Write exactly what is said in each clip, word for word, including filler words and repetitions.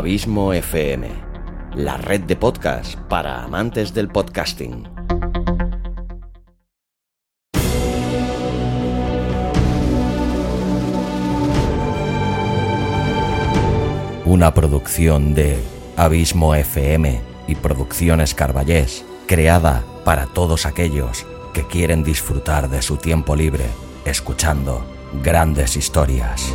Abismo F M, la red de podcast para amantes del podcasting. Una producción de Abismo F M y Producciones Carballés, creada para todos aquellos que quieren disfrutar de su tiempo libre escuchando grandes historias.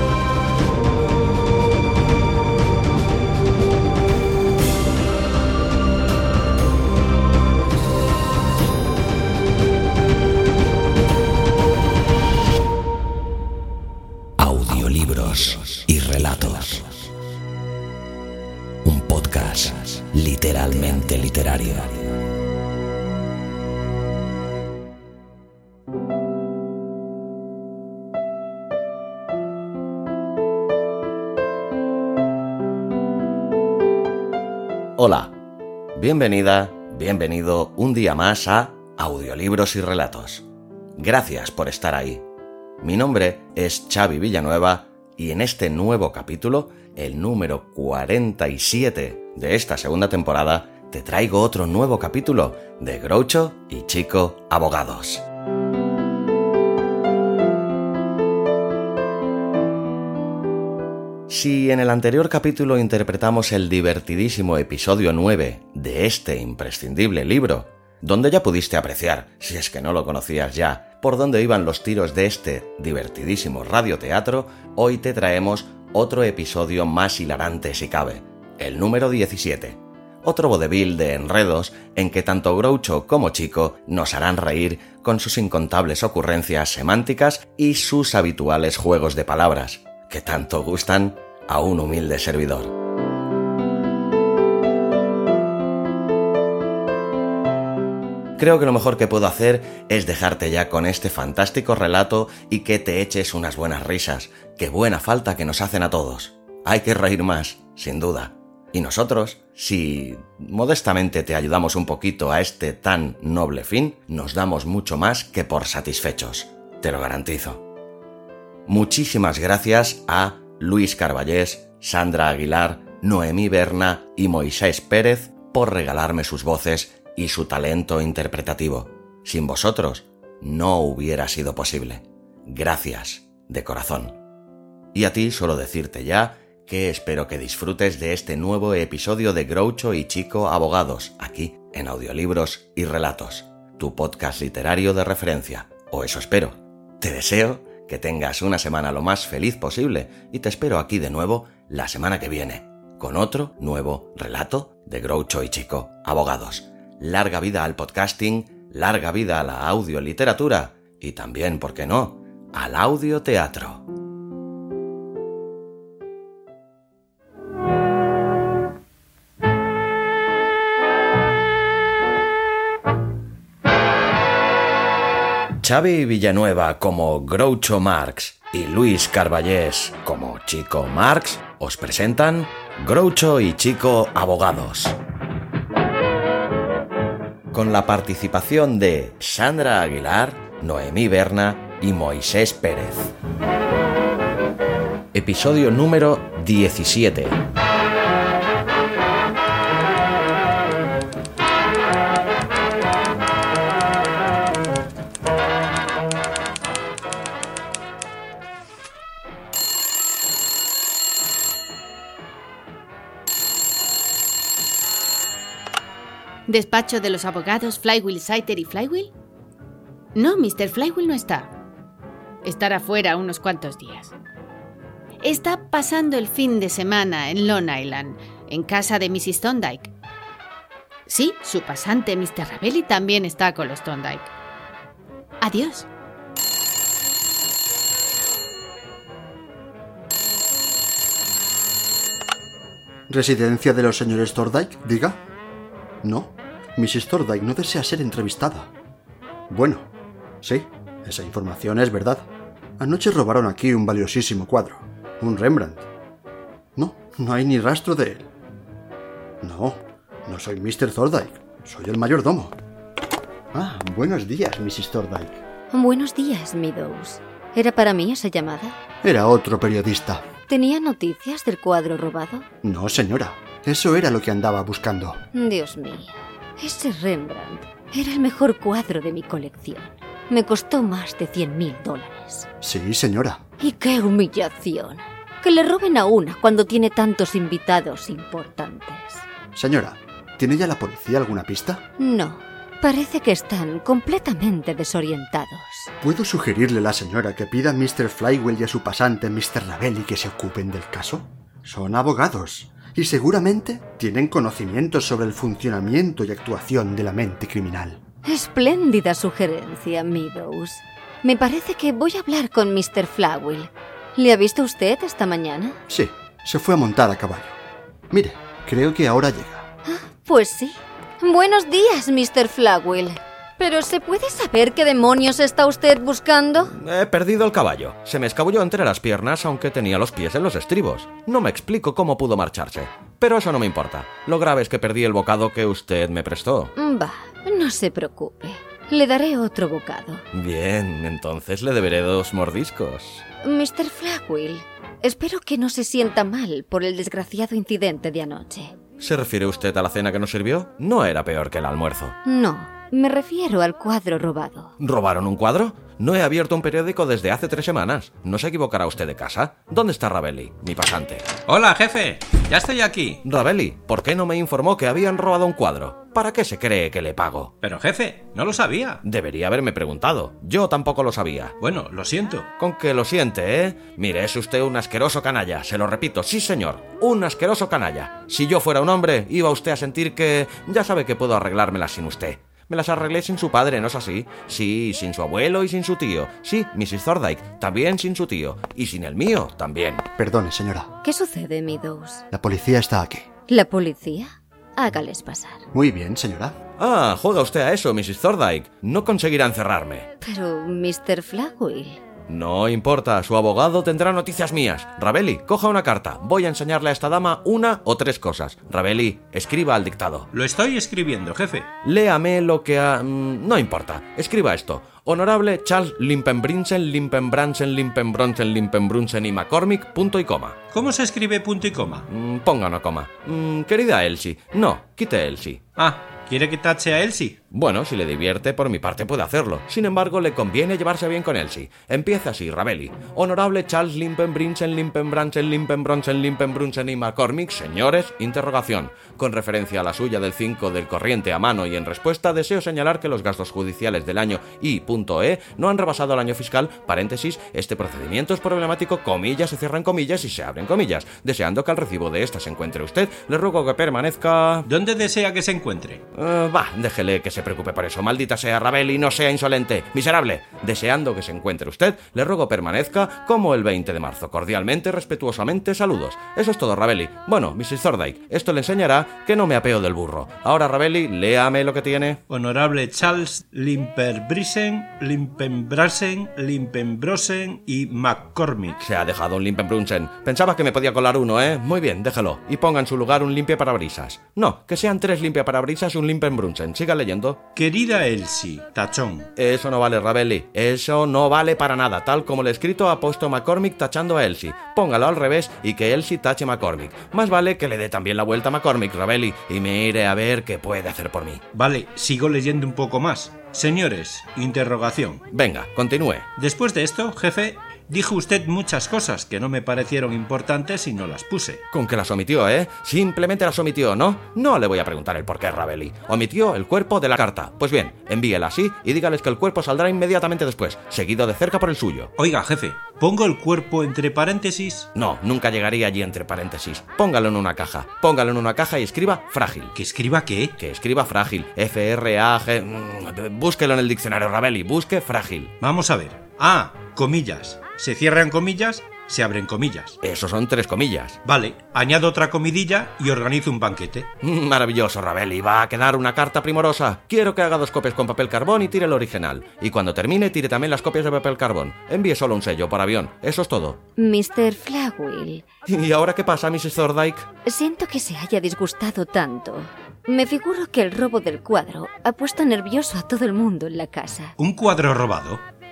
Audiolibros y relatos. Un podcast literalmente literario. Hola, bienvenida, bienvenido un día más a Audiolibros y Relatos. Gracias por estar ahí. Mi nombre es Xavi Villanueva y en este nuevo capítulo, el número cuarenta y siete de esta segunda temporada, te traigo otro nuevo capítulo de Groucho y Chico Abogados. Si en el anterior capítulo interpretamos el divertidísimo episodio nueve de este imprescindible libro, donde ya pudiste apreciar, si es que no lo conocías ya, por dónde iban los tiros de este divertidísimo radioteatro, hoy te traemos otro episodio más hilarante si cabe, el número diecisiete. Otro vodevil de enredos en que tanto Groucho como Chico nos harán reír con sus incontables ocurrencias semánticas y sus habituales juegos de palabras, que tanto gustan a un humilde servidor. Creo que lo mejor que puedo hacer es dejarte ya con este fantástico relato y que te eches unas buenas risas, que buena falta que nos hacen a todos. Hay que reír más, sin duda. Y nosotros, si modestamente te ayudamos un poquito a este tan noble fin, nos damos mucho más que por satisfechos, te lo garantizo. Muchísimas gracias a Luis Carballés, Sandra Aguilar, Noemí Berna y Moisés Pérez por regalarme sus voces y su talento interpretativo. Sin vosotros no hubiera sido posible. Gracias, de corazón. Y a ti solo decirte ya que espero que disfrutes de este nuevo episodio de Groucho y Chico Abogados, aquí en Audiolibros y Relatos, tu podcast literario de referencia, o eso espero. Te deseo que tengas una semana lo más feliz posible y te espero aquí de nuevo la semana que viene, con otro nuevo relato de Groucho y Chico Abogados. Larga vida al podcasting, larga vida a la audioliteratura y también, ¿por qué no?, al audioteatro. Xavi Villanueva como Groucho Marx y Luis Carballés como Chico Marx os presentan Groucho y Chico Abogados, con la participación de Sandra Aguilar, Noemí Berna y Moisés Pérez. Episodio número diecisiete. ¿Despacho de los abogados Flywheel, Saiter y Flywheel? No, mister Flywheel no está. Estará fuera unos cuantos días. Está pasando el fin de semana en Long Island, en casa de missus Thorndyke. Sí, su pasante mister Ravelli también está con los Thorndyke. Adiós. ¿Residencia de los señores Thorndyke? Diga. No, missus Thorndyke no desea ser entrevistada. Bueno, sí, esa información es verdad. Anoche robaron aquí un valiosísimo cuadro, un Rembrandt. No, no hay ni rastro de él. No, no soy mister Thorndyke, soy el mayordomo. Ah, buenos días, missus Thorndyke. Buenos días, Meadows. ¿Era para mí esa llamada? Era otro periodista. ¿Tenía noticias del cuadro robado? No, señora. Eso era lo que andaba buscando. Dios mío, ese Rembrandt era el mejor cuadro de mi colección. Me costó más de cien mil dólares. Sí, señora. ¡Y qué humillación! Que le roben a una cuando tiene tantos invitados importantes. Señora, ¿tiene ya la policía alguna pista? No, parece que están completamente desorientados. ¿Puedo sugerirle a la señora que pida a mister Flywell y a su pasante mister Ravelli que se ocupen del caso? Son abogados y seguramente tienen conocimientos sobre el funcionamiento y actuación de la mente criminal. Espléndida sugerencia, Meadows. Me parece que voy a hablar con mister Flywell. ¿Le ha visto usted esta mañana? Sí, se fue a montar a caballo. Mire, creo que ahora llega. Ah, pues sí. Buenos días, mister Flywell. ¿Pero se puede saber qué demonios está usted buscando? He perdido el caballo. Se me escabulló entre las piernas, aunque tenía los pies en los estribos. No me explico cómo pudo marcharse. Pero eso no me importa. Lo grave es que perdí el bocado que usted me prestó. Va, no se preocupe. Le daré otro bocado. Bien, entonces le deberé dos mordiscos. mister Flywell, espero que no se sienta mal por el desgraciado incidente de anoche. ¿Se refiere usted a la cena que nos sirvió? No era peor que el almuerzo. No, me refiero al cuadro robado. ¿Robaron un cuadro? No he abierto un periódico desde hace tres semanas. ¿No se equivocará usted de casa? ¿Dónde está Ravelli, mi pasante? Hola, jefe. Ya estoy aquí. Ravelli, ¿por qué no me informó que habían robado un cuadro? ¿Para qué se cree que le pago? Pero, jefe, no lo sabía. Debería haberme preguntado. Yo tampoco lo sabía. Bueno, lo siento. Con que lo siente, ¿eh? Mire, es usted un asqueroso canalla. Se lo repito, sí, señor. Un asqueroso canalla. Si yo fuera un hombre, iba usted a sentir que... Ya sabe que puedo arreglármelas sin usted. Me las arreglé sin su padre, ¿no es así? Sí, sin su abuelo y sin su tío. Sí, missus Thorndyke, también sin su tío. Y sin el mío, también. Perdone, señora. ¿Qué sucede, Meadows? La policía está aquí. ¿La policía? Hágales pasar. Muy bien, señora. Ah, juega usted a eso, missus Thorndyke. No conseguirá encerrarme. Pero, mister Flywell... No importa, su abogado tendrá noticias mías. Ravelli, coja una carta. Voy a enseñarle a esta dama una o tres cosas. Ravelli, escriba al dictado. Lo estoy escribiendo, jefe. Léame lo que ha... Mm, no importa. Escriba esto. Honorable Charles Limpenbrinsen, Limpenbransen, Limpenbronsen, Limpenbrunsen y McCormick, punto y coma. ¿Cómo se escribe punto y coma? Mm, ponga una coma. Mm, querida Elsie. No, quite Elsie. Ah, ¿quiere que tache a Elsie? Bueno, si le divierte, por mi parte puede hacerlo. Sin embargo, le conviene llevarse bien con Elsie. Empieza así, Ravelli. Honorable Charles Limpenbrinsen, Limpenbransen, Limpenbronsen, Limpenbrunsen y McCormick, señores, interrogación. Con referencia a la suya del cinco del corriente a mano y en respuesta, deseo señalar que los gastos judiciales del año I.E no han rebasado el año fiscal, paréntesis, este procedimiento es problemático, comillas, se cierran comillas y se abren comillas. Deseando que al recibo de esta se encuentre usted, le ruego que permanezca... ¿Dónde desea que se encuentre? Uh, va, déjele que se preocupe por eso. Maldita sea Ravelli, no sea insolente, miserable. Deseando que se encuentre usted, le ruego permanezca como el veinte de marzo. Cordialmente, respetuosamente, saludos. Eso es todo, Ravelli. Bueno, missus Thorndyke, esto le enseñará que no me apeo del burro. Ahora, Ravelli, léame lo que tiene. Honorable Charles Limpenbrisen, Limpenbrasen, Limpenbrosen y McCormick. Se ha dejado un Limpenbrunsen. Pensaba que me podía colar uno, ¿eh? Muy bien, déjelo. Y ponga en su lugar un limpiaparabrisas. No, que sean tres limpiaparabrisas y un Limpenbrunsen. Siga leyendo. Querida Elsie, tachón. Eso no vale, Ravelli. Eso no vale para nada. Tal como lo he escrito, ha puesto McCormick tachando a Elsie. Póngalo al revés y que Elsie tache McCormick. Más vale que le dé también la vuelta a McCormick, Ravelli, y me iré a ver qué puede hacer por mí. Vale, sigo leyendo un poco más. Señores, interrogación. Venga, continúe. Después de esto, jefe, dijo usted muchas cosas que no me parecieron importantes y no las puse. Con que las omitió, ¿eh? Simplemente las omitió, ¿no? No le voy a preguntar el por qué, Ravelli. Omitió el cuerpo de la carta. Pues bien, envíela así y dígales que el cuerpo saldrá inmediatamente después, seguido de cerca por el suyo. Oiga, jefe, ¿pongo el cuerpo entre paréntesis? No, nunca llegaría allí entre paréntesis. Póngalo en una caja. Póngalo en una caja y escriba frágil. ¿Que escriba qué? Que escriba frágil. F R A G... Búsquelo en el diccionario, Ravelli. Busque frágil. Vamos a ver. Ah, comillas. Se cierran comillas, se abren comillas. Eso son tres comillas. Vale, añado otra comidilla y organizo un banquete. Maravilloso, Ravelli. Va a quedar una carta primorosa. Quiero que haga dos copias con papel carbón y tire el original. Y cuando termine, tire también las copias de papel carbón. Envíe solo un sello por avión. Eso es todo. mister Flywell. ¿Y ahora qué pasa, missus Thorndyke? Siento que se haya disgustado tanto. Me figuro que el robo del cuadro ha puesto nervioso a todo el mundo en la casa. ¿Un cuadro robado?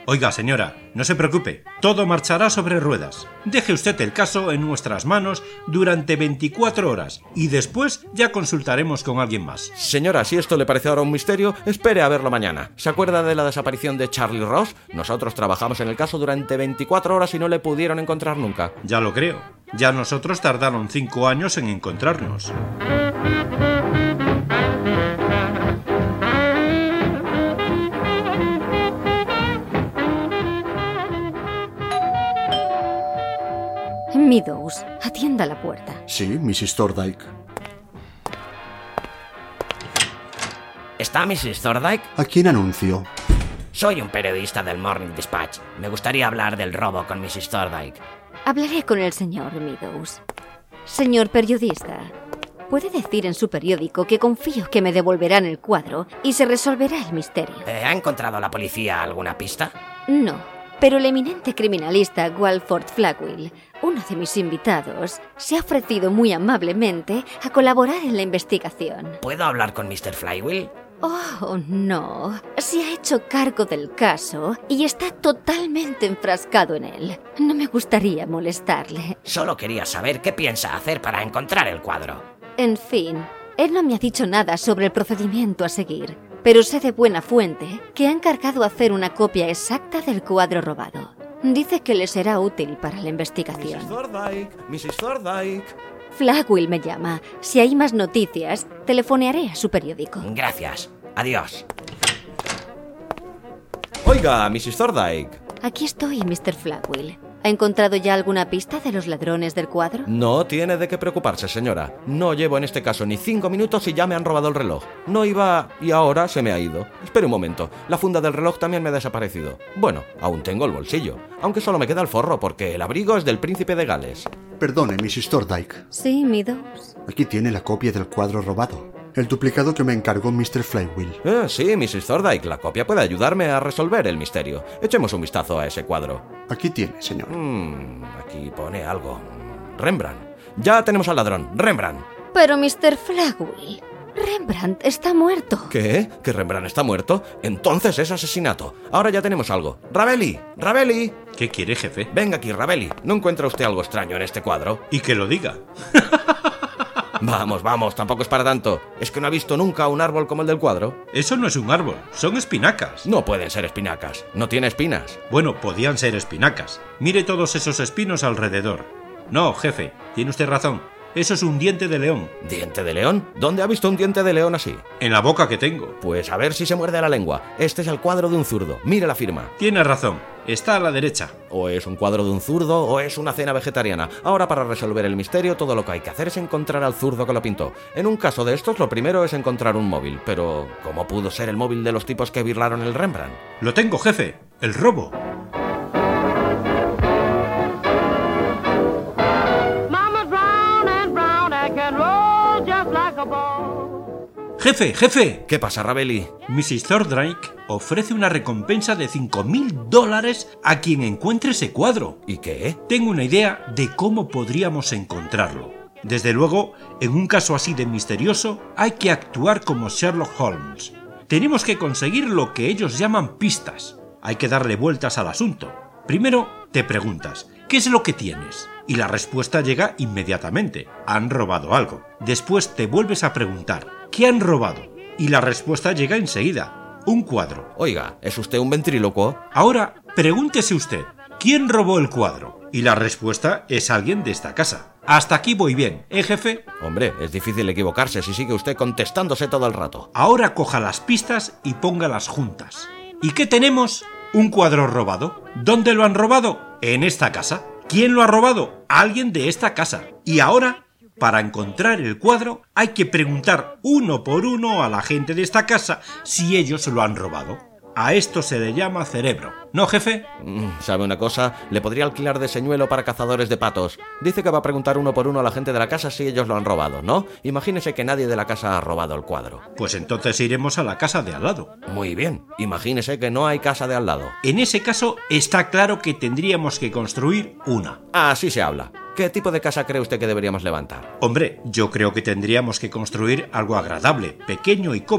Oiga, señora, no se preocupe, todo marchará sobre ruedas. Deje usted el caso en nuestras manos durante veinticuatro horas y después ya consultaremos con alguien más. Señora, si esto le parece ahora un misterio, espere a verlo mañana. ¿Se acuerda de la desaparición de Charlie Ross? Nosotros trabajamos en el caso durante veinticuatro horas y no le pudieron encontrar nunca. Ya lo creo. Ya nosotros tardaron cinco años en encontrarnos. Meadows, atienda la puerta. Sí, missus Thorndyke. ¿Está missus Thorndyke? ¿A quién anuncio? Soy un periodista del Morning Dispatch. Me gustaría hablar del robo con missus Thorndyke. Hablaré con el señor Meadows. Señor periodista, ¿puede decir en su periódico que confío que me devolverán el cuadro y se resolverá el misterio? ¿Eh, ¿Ha encontrado la policía alguna pista? No, pero el eminente criminalista Walford Flagwill, uno de mis invitados, se ha ofrecido muy amablemente a colaborar en la investigación. ¿Puedo hablar con mister Flywheel? Oh, no. Se ha hecho cargo del caso y está totalmente enfrascado en él. No me gustaría molestarle. Solo quería saber qué piensa hacer para encontrar el cuadro. En fin, él no me ha dicho nada sobre el procedimiento a seguir, pero sé de buena fuente que ha encargado hacer una copia exacta del cuadro robado. Dice que le será útil para la investigación. missus Thorndyke, missus Thorndyke. Flagwill me llama. Si hay más noticias, telefonearé a su periódico. Gracias. Adiós. Oiga, missus Thorndyke. Aquí estoy, mister Flagwill. ¿Ha encontrado ya alguna pista de los ladrones del cuadro? No tiene de qué preocuparse, señora. No llevo en este caso ni cinco minutos y ya me han robado el reloj. No iba y ahora se me ha ido. Espere un momento. La funda del reloj también me ha desaparecido. Bueno, aún tengo el bolsillo. Aunque solo me queda el forro porque el abrigo es del príncipe de Gales. Perdone, missus Thorndyke. Sí, Meadows. Aquí tiene la copia del cuadro robado. El duplicado que me encargó mister Flywheel. Eh, sí, missus Thorndyke. La copia puede ayudarme a resolver el misterio. Echemos un vistazo a ese cuadro. Aquí tiene, señor. Hmm, aquí pone algo. Rembrandt. Ya tenemos al ladrón. Rembrandt. Pero, mister Flagwill, Rembrandt está muerto. ¿Qué? ¿Que Rembrandt está muerto? Entonces es asesinato. Ahora ya tenemos algo. ¡Ravelli! ¡Ravelli! ¿Qué quiere, jefe? Venga aquí, Ravelli. ¿No encuentra usted algo extraño en este cuadro? Y que lo diga. Vamos, vamos, tampoco es para tanto. ¿Es que no ha visto nunca un árbol como el del cuadro? Eso no es un árbol, son espinacas. No pueden ser espinacas. No tiene espinas. Bueno, podían ser espinacas. Mire todos esos espinos alrededor. No, jefe, tiene usted razón. Eso es un diente de león. ¿Diente de león? ¿Dónde ha visto un diente de león así? En la boca que tengo. Pues a ver si se muerde la lengua. Este es el cuadro de un zurdo. Mire la firma. Tiene razón. Está a la derecha. O es un cuadro de un zurdo o es una cena vegetariana. Ahora, para resolver el misterio, todo lo que hay que hacer es encontrar al zurdo que lo pintó. En un caso de estos, lo primero es encontrar un móvil. Pero, ¿cómo pudo ser el móvil de los tipos que birlaron el Rembrandt? Lo tengo, jefe. El robo. Jefe, jefe. ¿Qué pasa, Ravelli? missus Thorndyke ofrece una recompensa de cinco mil dólares a quien encuentre ese cuadro. ¿Y qué? Tengo una idea de cómo podríamos encontrarlo. Desde luego, en un caso así de misterioso, hay que actuar como Sherlock Holmes. Tenemos que conseguir lo que ellos llaman pistas. Hay que darle vueltas al asunto. Primero, te preguntas, ¿qué es lo que tienes? Y la respuesta llega inmediatamente. Han robado algo. Después te vuelves a preguntar, ¿qué han robado? Y la respuesta llega enseguida. Un cuadro. Oiga, ¿es usted un ventrílocuo? Ahora, pregúntese usted, ¿quién robó el cuadro? Y la respuesta es alguien de esta casa. Hasta aquí voy bien, ¿eh, jefe? Hombre, es difícil equivocarse si sigue usted contestándose todo el rato. Ahora coja las pistas y póngalas juntas. ¿Y qué tenemos? Un cuadro robado. ¿Dónde lo han robado? En esta casa. ¿Quién lo ha robado? Alguien de esta casa. Y ahora, para encontrar el cuadro, hay que preguntar uno por uno a la gente de esta casa si ellos lo han robado. A esto se le llama cerebro. ¿No, jefe? ¿Sabe una cosa? Le podría alquilar de señuelo para cazadores de patos. Dice que va a preguntar uno por uno a la gente de la casa si ellos lo han robado, ¿no? Imagínese que nadie de la casa ha robado el cuadro. Pues entonces iremos a la casa de al lado. Muy bien. Imagínese que no hay casa de al lado. En ese caso, está claro que tendríamos que construir una. Así se habla. ¿Qué tipo de casa cree usted que deberíamos levantar? Hombre, yo creo que tendríamos que construir algo agradable, pequeño y cómodo.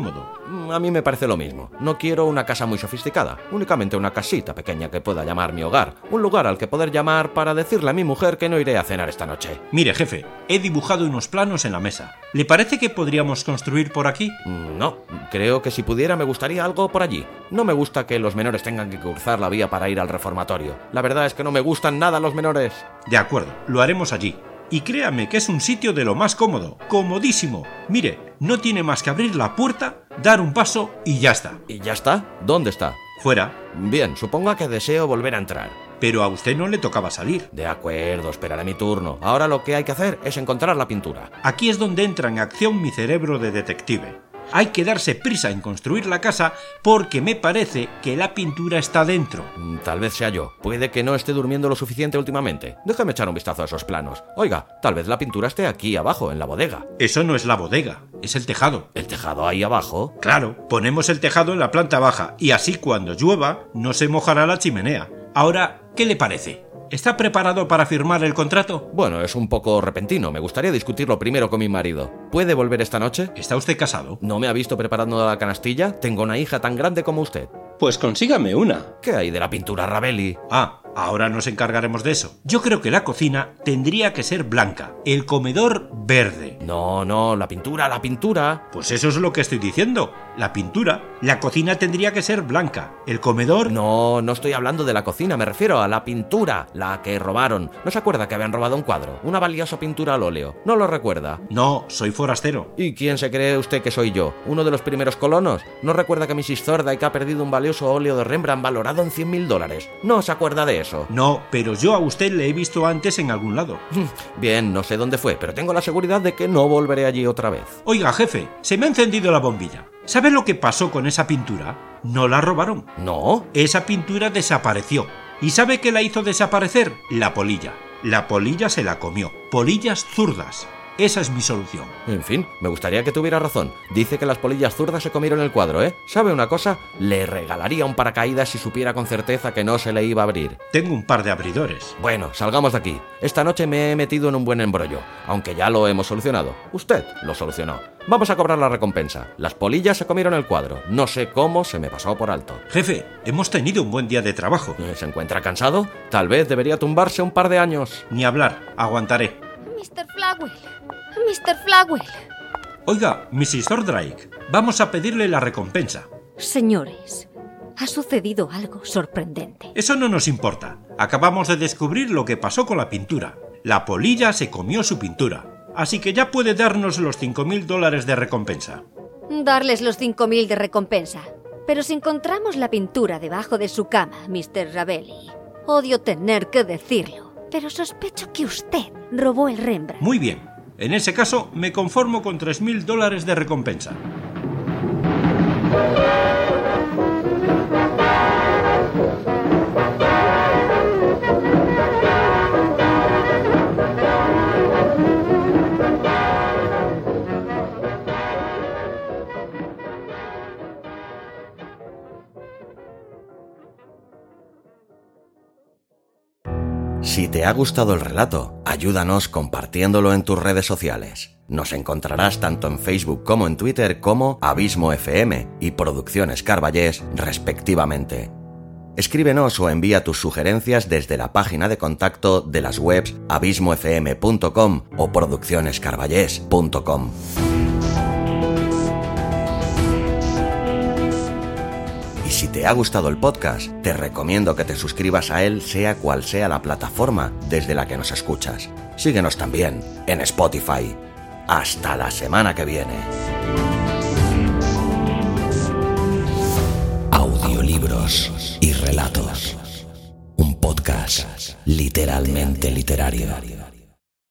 A mí me parece lo mismo. No quiero una casa muy sofisticada, únicamente una casita pequeña que pueda llamar mi hogar, un lugar al que poder llamar para decirle a mi mujer que no iré a cenar esta noche. Mire, jefe, he dibujado unos planos en la mesa. ¿Le parece que podríamos construir por aquí? No, creo que si pudiera me gustaría algo por allí. No me gusta que los menores tengan que cruzar la vía para ir al reformatorio. La verdad es que no me gustan nada los menores. De acuerdo, lo haremos allí. Y créame que es un sitio de lo más cómodo, comodísimo. Mire, no tiene más que abrir la puerta, dar un paso y ya está. ¿Y ya está? ¿Dónde está? Fuera. Bien, suponga que deseo volver a entrar. Pero a usted no le tocaba salir. De acuerdo, esperaré mi turno. Ahora lo que hay que hacer es encontrar la pintura. Aquí es donde entra en acción mi cerebro de detective. Hay que darse prisa en construir la casa porque me parece que la pintura está dentro. Tal vez sea yo. Puede que no esté durmiendo lo suficiente últimamente. Déjame echar un vistazo a esos planos. Oiga, tal vez la pintura esté aquí abajo, en la bodega. Eso no es la bodega, es el tejado. ¿El tejado ahí abajo? Claro, ponemos el tejado en la planta baja y así cuando llueva no se mojará la chimenea. Ahora, ¿qué le parece? ¿Está preparado para firmar el contrato? Bueno, es un poco repentino. Me gustaría discutirlo primero con mi marido. ¿Puede volver esta noche? ¿Está usted casado? ¿No me ha visto preparando la canastilla? Tengo una hija tan grande como usted. Pues consígame una. ¿Qué hay de la pintura Ravelli? Ah, ahora nos encargaremos de eso. Yo creo que la cocina tendría que ser blanca, el comedor verde. No, no, la pintura, la pintura. Pues eso es lo que estoy diciendo. La pintura. La cocina tendría que ser blanca, el comedor... No, no estoy hablando de la cocina, me refiero a la pintura, la que robaron. ¿No se acuerda que habían robado un cuadro? Una valiosa pintura al óleo. ¿No lo recuerda? No, soy forastero. ¿Y quién se cree usted que soy yo? ¿Uno de los primeros colonos? ¿No recuerda que missus Thorndike ha perdido un valioso óleo de Rembrandt valorado en cien mil dólares? ¿No se acuerda de eso? No, pero yo a usted le he visto antes en algún lado. Bien, no sé dónde fue, pero tengo la seguridad de que no volveré allí otra vez. Oiga, jefe, se me ha encendido la bombilla. ¿Sabe lo que pasó con esa pintura? No la robaron. ¿No? Esa pintura desapareció. ¿Y sabe qué la hizo desaparecer? La polilla. La polilla se la comió. Polillas zurdas. Esa es mi solución. En fin, me gustaría que tuviera razón. Dice que las polillas zurdas se comieron el cuadro, ¿eh? ¿Sabe una cosa? Le regalaría un paracaídas si supiera con certeza que no se le iba a abrir. Tengo un par de abridores. Bueno, salgamos de aquí. Esta noche me he metido en un buen embrollo, aunque ya lo hemos solucionado. Usted lo solucionó. Vamos a cobrar la recompensa. Las polillas se comieron el cuadro. No sé cómo se me pasó por alto. Jefe, hemos tenido un buen día de trabajo. ¿Se encuentra cansado? Tal vez debería tumbarse un par de años. Ni hablar, aguantaré. mister Flagwell, mister Flagwell. Oiga, missus Thorndike, vamos a pedirle la recompensa. Señores, ha sucedido algo sorprendente. Eso no nos importa. Acabamos de descubrir lo que pasó con la pintura. La polilla se comió su pintura. Así que ya puede darnos los cinco mil dólares de recompensa. Darles los cinco mil de recompensa. Pero si encontramos la pintura debajo de su cama, mister Ravelli, odio tener que decirlo, pero sospecho que usted robó el Rembrandt. Muy bien. En ese caso, me conformo con tres mil dólares de recompensa. Si te ha gustado el relato, ayúdanos compartiéndolo en tus redes sociales. Nos encontrarás tanto en Facebook como en Twitter como Abismo F M y Producciones Carballés, respectivamente. Escríbenos o envía tus sugerencias desde la página de contacto de las webs abismo f m punto com o producciones carballés punto com. Y si te ha gustado el podcast, te recomiendo que te suscribas a él sea cual sea la plataforma desde la que nos escuchas. Síguenos también en Spotify. Hasta la semana que viene. Audiolibros y relatos. Un podcast literalmente literario.